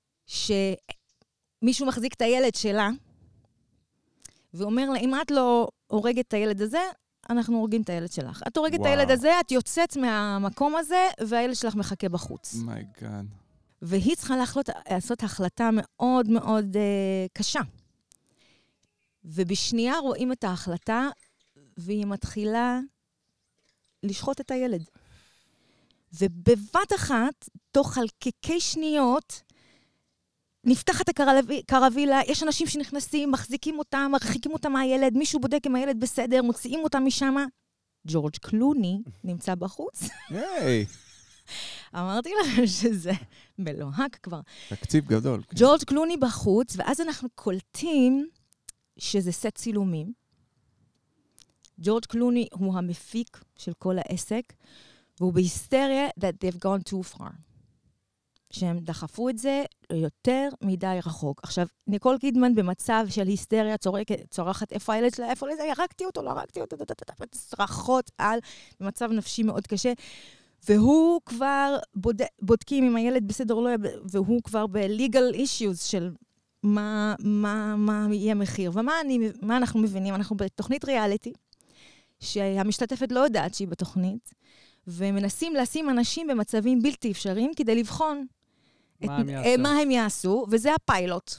שמישהו מחזיק את הילד שלה, ואומר לה, אם את לא הורגת את הילד הזה, אנחנו הורגים את הילד שלך. את הורגת את וואו. הילד הזה, את יוצאת מהמקום הזה, והילד שלך מחכה בחוץ. מייגאד. והיא צריכה להחלט, לעשות החלטה מאוד מאוד uh, קשה. ובשנייה רואים את ההחלטה, והיא מתחילה לשחוט את הילד. ובבת אחת, תוך חלקיקי שניות, נפתחת הקרווילה, יש אנשים שנכנסים, מחזיקים אותם, מרחיקים אותם מהילד, מישהו בודק אם הילד בסדר, מוציאים אותם משם. ג'ורג' קלוני נמצא בחוץ. היי, אמרתי לכם שזה מלוהק כבר. תקציב גדול. כן. ג'ורג' קלוני בחוץ, ואז אנחנו קולטים שזה סט צילומים. ג'ורג' קלוני הוא המפיק של כל העסק, והוא בהיסטריה that they've gone too far. שהם דחפו את זה יותר מדי רחוק. עכשיו, ניקול קידמן במצב של היסטריה, צורקת, צורחת, איפה הילד שלה, איפה לזה, ירקתי אותו, לא ירקתי אותו, צרחות על, במצב נפשי מאוד קשה. והוא כבר בוד... בודקים אם הילד בסדר או לא, והוא כבר ב-legal issues של מה, מה, מה יהיה מחיר. ומה אני, מה אנחנו מבינים? אנחנו בתוכנית ריאליטי, שהמשתתפת לא יודעת שהיא בתוכנית, ומנסים לשים אנשים במצבים בלתי אפשריים כדי לבחון מה את, הם יעשו. מה הם יעשו, וזה הפיילוט.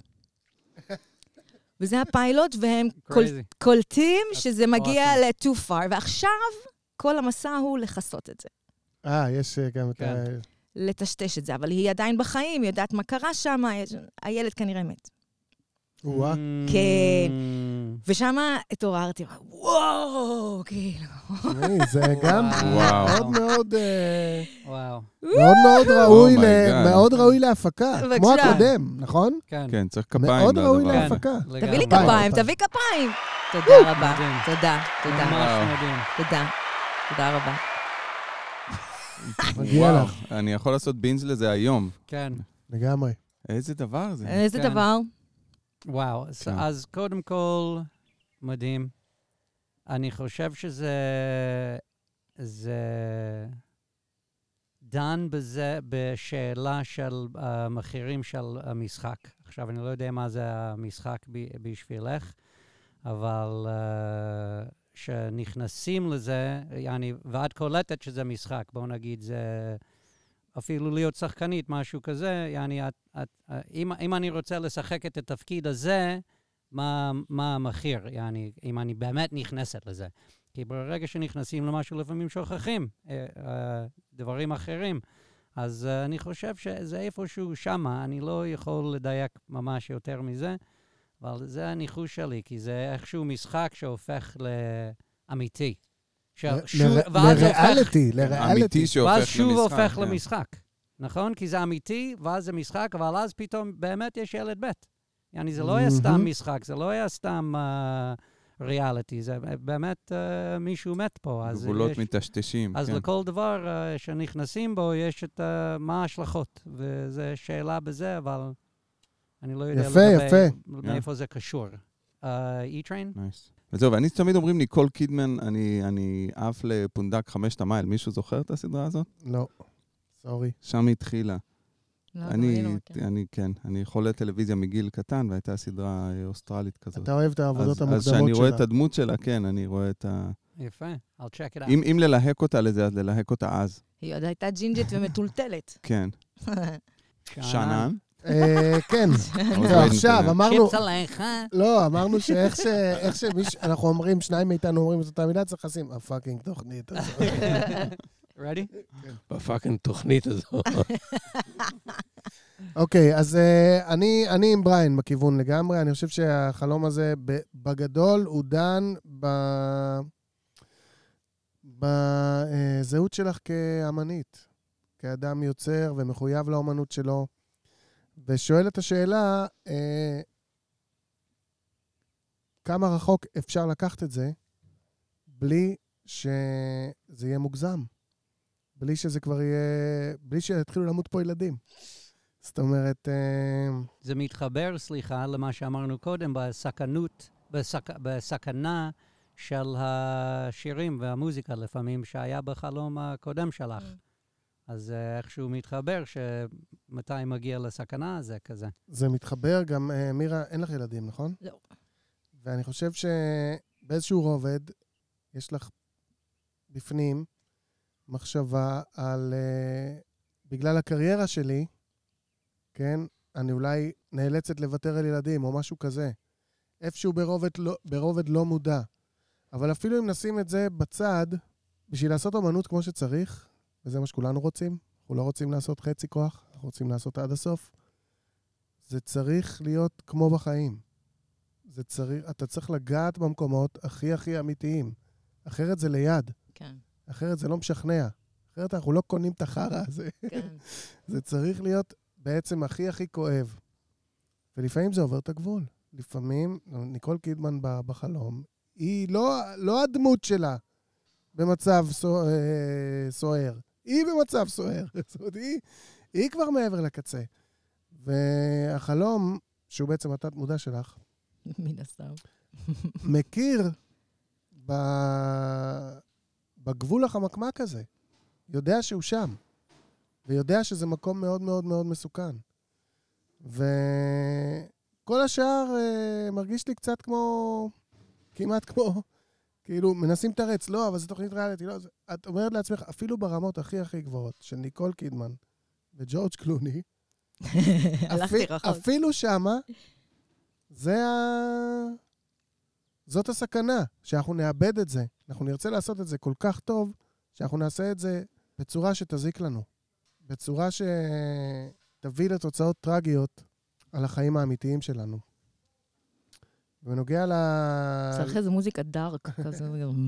וזה הפיילוט, והם קול, Crazy. קולטים שזה מגיע awesome. ל-too far, ועכשיו כל המסע הוא לחסות את זה. אה, יש אה, גם את ה... כן. לטשטש את זה, אבל היא עדיין בחיים, היא יודעת מה קרה שם, יש- הילד כנראה מת. וואה. כן. ושם התעוררתי, וואו, כאילו. תשמעי, זה גם וואו. מאוד מאוד... אה, וואו. מאוד מאוד ראוי Oh my ל- God. מאוד ראוי להפקה. בבקשה. כמו הקודם, נכון? כן. כן, צריך כפיים. מאוד ראוי לדבר הזה. להפקה. תביא לי לגמרי. כפיים, כפיים. תביא כפיים. תודה רבה. מדהים. תודה, תודה, ממש וואו. מדהים. תודה. תודה רבה. מגיע וואו, לך. אני יכול לעשות בינג' לזה היום. כן. לגמרי. איזה דבר זה. איזה כן. דבר? וואו. אז- כן. אז קודם כל, מדהים. אני חושב שזה... זה... דן בזה, בשאלה של המחירים של המשחק. עכשיו, אני לא יודע מה זה המשחק ב- בשבילך, אבל uh, שנכנסים לזה, יעני, ואת קולטת שזה משחק, בואו נגיד, זה אפילו להיות שחקנית, משהו כזה, יעני, את, את, uh, אם, אם אני רוצה לשחק את התפקיד הזה, מה, מה המחיר, יעני, אם אני באמת נכנסת לזה. כי ברגע שנכנסים למשהו, לפעמים שוכחים אה, אה, דברים אחרים. אז אה, אני חושב שזה איפשהו שמה, אני לא יכול לדייק ממש יותר מזה, אבל זה הניחוש שלי, כי זה איכשהו משחק שהופך לאמיתי. ש- ל- שוב- ל- ואז הופך- לריאליטי, לריאליטי. אמיתי שהופך ואז למשחק. שוב הופך כן. למשחק, נכון? כי זה אמיתי, ואז זה משחק, אבל אז פתאום באמת יש ילד בית. יעני, זה לא היה סתם מהמם. משחק, זה לא היה סתם אה, ריאליטי, זה באמת אה, מישהו מת פה. אז גבולות יש- מטשטשים. אז כן. לכל דבר uh, שנכנסים בו, יש את uh, מה ההשלכות. וזו שאלה בזה, אבל אני לא יודע יפה, לגבי יפה. מאיפה זה קשור. Uh, E-Train? נייס. וזהו, ואני תמיד אומרים ניקול קידמן, אני, אני עף לפונדק חמשת המייל. מישהו זוכר את הסדרה הזאת? לא, סורי. שם היא התחילה. לא, אני, לא מכיר. אני, כן, אני חולה טלוויזיה מגיל קטן, והייתה סדרה אה, אוסטרלית כזאת. אתה אוהב את העבודות אז, אז המוקדמות כשאני רואה שלה. את הדמות שלה, כן, אני רואה את ה... יפה, I'll check it out. אם, אם ללהק אותה לזה, אז ללהק אותה אז. היא עוד הייתה ג'ינג'ית ומטולטלת. כן. שאנן? אה, כן. עוד טוב, עכשיו, אמרנו... צ'יפס עליך. לא, אמרנו שאיך ש... איך שמיש... אנחנו אומרים, שניים מאיתנו אומרים את אותה מילה, צריך לשים הפאקינג תוכנית הזאת. Ready? בפאקינג תוכנית הזו. אוקיי, אז uh, אני, אני עם בריין בכיוון לגמרי. אני חושב שהחלום הזה בגדול הוא דן ב... בזהות שלך כאמנית, כאדם יוצר ומחויב לאמנות שלו, ושואל את השאלה, אה, כמה רחוק אפשר לקחת את זה, בלי שזה יהיה מוגזם, בלי שזה כבר יהיה, בלי שיתחילו למות פה ילדים. זאת אומרת... אה... זה מתחבר, סליחה, למה שאמרנו קודם, בסכנות, בסכ... בסכנה של השירים והמוזיקה לפעמים שהיה בחלום הקודם שלך. אז איכשהו מתחבר שמתי מגיע לסכנה, זה כזה. זה מתחבר גם, מירה, אין לך ילדים, נכון? לא. ואני חושב שבאיזשהו רובד, יש לך בפנים מחשבה על, בגלל הקריירה שלי, כן, אני אולי נאלצת לוותר על ילדים או משהו כזה. איפשהו ברובד לא, ברובד לא מודע. אבל אפילו אם נשים את זה בצד, בשביל לעשות אומנות כמו שצריך, וזה מה שכולנו רוצים, אנחנו לא רוצים לעשות חצי כוח, אנחנו רוצים לעשות עד הסוף, זה צריך להיות כמו בחיים. זה צריך, אתה צריך לגעת במקומות הכי הכי אמיתיים. אחרת זה ליד. כן. אחרת זה לא משכנע. אחרת אנחנו לא קונים את החרא הזה. כן. זה צריך להיות בעצם הכי הכי כואב. ולפעמים זה עובר את הגבול. לפעמים, ניקול קידמן בחלום, היא לא, לא הדמות שלה במצב סוער. היא במצב סוער. זאת אומרת, היא, היא כבר מעבר לקצה. והחלום, שהוא בעצם התת מודע שלך, מן הסתם. מכיר ב... בגבול החמקמק הזה. יודע שהוא שם. ויודע שזה מקום מאוד מאוד מאוד מסוכן. וכל השאר uh, מרגיש לי קצת כמו, כמעט כמו, כאילו מנסים תרץ, לא, אבל זו תוכנית ריאליטי, לא, את אומרת לעצמך, אפילו ברמות הכי הכי גבוהות, של ניקול קידמן וג'ורג' קלוני, הלכתי רחוק. אפילו שמה, זה ה... זאת הסכנה, שאנחנו נאבד את זה. אנחנו נרצה לעשות את זה כל כך טוב, שאנחנו נעשה את זה בצורה שתזיק לנו. בצורה שתביא לתוצאות טרגיות על החיים האמיתיים שלנו. ונוגע ל... צריך איזה מוזיקה דארק, כזה,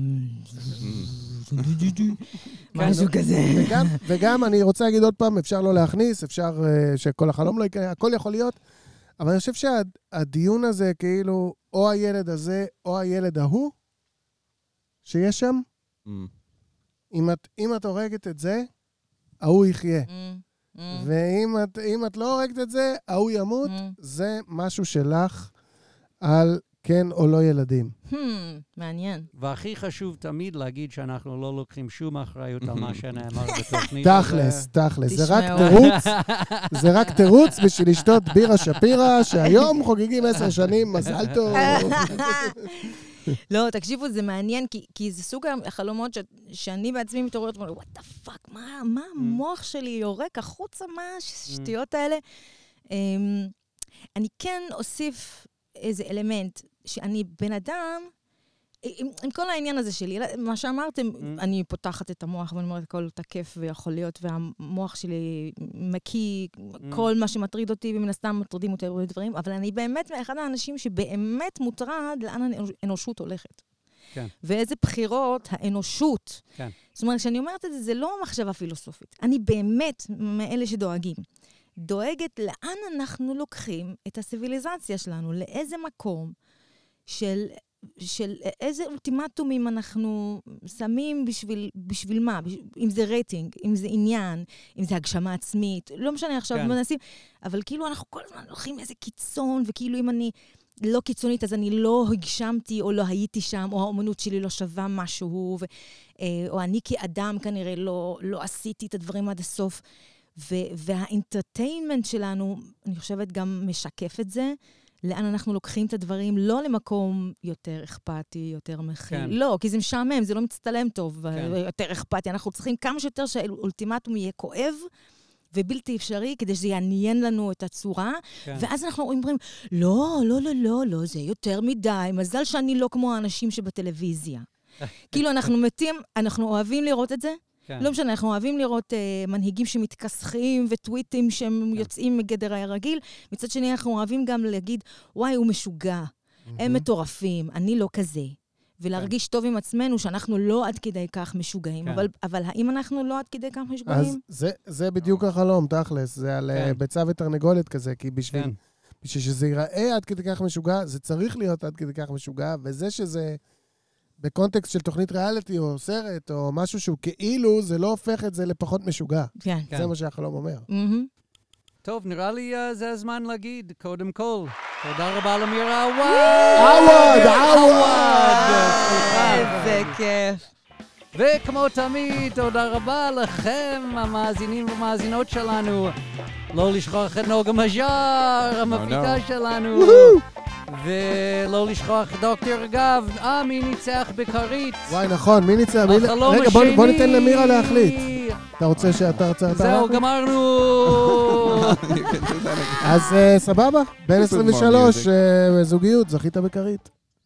משהו כזה. וגם, וגם אני רוצה להגיד עוד פעם, אפשר לא להכניס, אפשר uh, שכל החלום לא יקרה, הכל יכול להיות, אבל אני חושב שהדיון הזה, כאילו, או הילד הזה, או הילד ההוא, שיש שם, Mm. אם את, אם את הורגת את זה, ההוא יחיה. Mm, mm, ואם את, אם את לא הורגת את זה, ההוא ימות, mm. זה משהו שלך על כן או לא ילדים. Hmm, מעניין. והכי חשוב תמיד להגיד שאנחנו לא לוקחים שום אחריות על מה שנאמר בתוכנית. תכלס, תכלס. זה רק תשמעו. תירוץ, זה רק תירוץ בשביל לשתות בירה שפירא, שהיום חוגגים עשר שנים, מזל טוב. לא, תקשיבו, זה מעניין, כי, כי זה סוג החלומות ש, שאני בעצמי מתעוררת, ואומרת, what the fuck, מה, מה המוח שלי יורק החוצה, מה השטויות האלה? Um, אני כן אוסיף איזה אלמנט, שאני בן אדם, עם, עם כל העניין הזה שלי, מה שאמרתם, אני פותחת את המוח ואני אומרת, הכל תקף ויכול להיות, והמוח שלי מקיא, כל מה שמטריד אותי, ומן הסתם מטרידים אותי הרבה דברים, אבל אני באמת מאחד האנשים שבאמת מוטרד לאן האנושות הולכת. כן. ואיזה בחירות האנושות. כן. זאת אומרת, כשאני אומרת את זה, זה לא מחשבה פילוסופית. אני באמת מאלה שדואגים. דואגת לאן אנחנו לוקחים את הסיביליזציה שלנו, לאיזה מקום של... של איזה אולטימטומים אנחנו שמים בשביל, בשביל מה? אם זה רייטינג, אם זה עניין, אם זה הגשמה עצמית, לא משנה עכשיו כן. מנסים, אבל כאילו אנחנו כל הזמן הולכים איזה קיצון, וכאילו אם אני לא קיצונית, אז אני לא הגשמתי או לא הייתי שם, או האומנות שלי לא שווה משהו, ו, או אני כאדם כנראה לא, לא עשיתי את הדברים עד הסוף, ו, והאינטרטיינמנט שלנו, אני חושבת גם משקף את זה, לאן אנחנו לוקחים את הדברים, לא למקום יותר אכפתי, יותר מכיל. כן. לא, כי זה משעמם, זה לא מצטלם טוב, כן. יותר אכפתי. אנחנו צריכים כמה שיותר שהאולטימטום יהיה כואב, ובלתי אפשרי, כדי שזה יעניין לנו את הצורה, כן. ואז אנחנו אומרים, לא, לא, לא, לא, לא, זה יותר מדי, מזל שאני לא כמו האנשים שבטלוויזיה. כאילו, אנחנו מתים, אנחנו אוהבים לראות את זה, כן. לא משנה, אנחנו אוהבים לראות uh, מנהיגים שמתכסחים וטוויטים שהם כן. יוצאים מגדר הרגיל. מצד שני, אנחנו אוהבים גם להגיד, וואי, הוא משוגע, הם מטורפים, אני לא כזה. ולהרגיש טוב עם עצמנו שאנחנו לא עד כדי כך משוגעים. כן. אבל, אבל האם אנחנו לא עד כדי כך אז משוגעים? זה, זה בדיוק החלום, תכלס. זה על כן. כן. ביצה ותרנגולת כזה, כי בשביל, כן. בשביל שזה ייראה עד כדי כך משוגע, זה צריך להיות עד כדי כך משוגע, וזה שזה בקונטקסט של תוכנית ריאליטי או סרט או משהו שהוא כאילו, זה לא הופך את זה לפחות משוגע. כן. כן. זה מה שהחלום אומר. מהמם. טוב, נראה לי uh, זה הזמן להגיד, קודם כל, תודה רבה למירה עווד! עווד, עווד! סליחה. איזה כיף. וכמו תמיד, תודה רבה לכם, המאזינים והמאזינות שלנו. לא לשכוח את נוגה מז'אר, המפיקה שלנו. ולא לשכוח דוקטור גב, אה, מי ניצח בכרית? וואי, נכון, מי ניצח? מי... החלום רגע, בוא, השני. בוא ניתן למירה להחליט. אתה רוצה שאתה רוצה... אתה זהו, אנחנו? גמרנו. אז uh, סבבה, בן Put some more עשרים ושלוש, music. uh, זוגיות, זכית בכרית.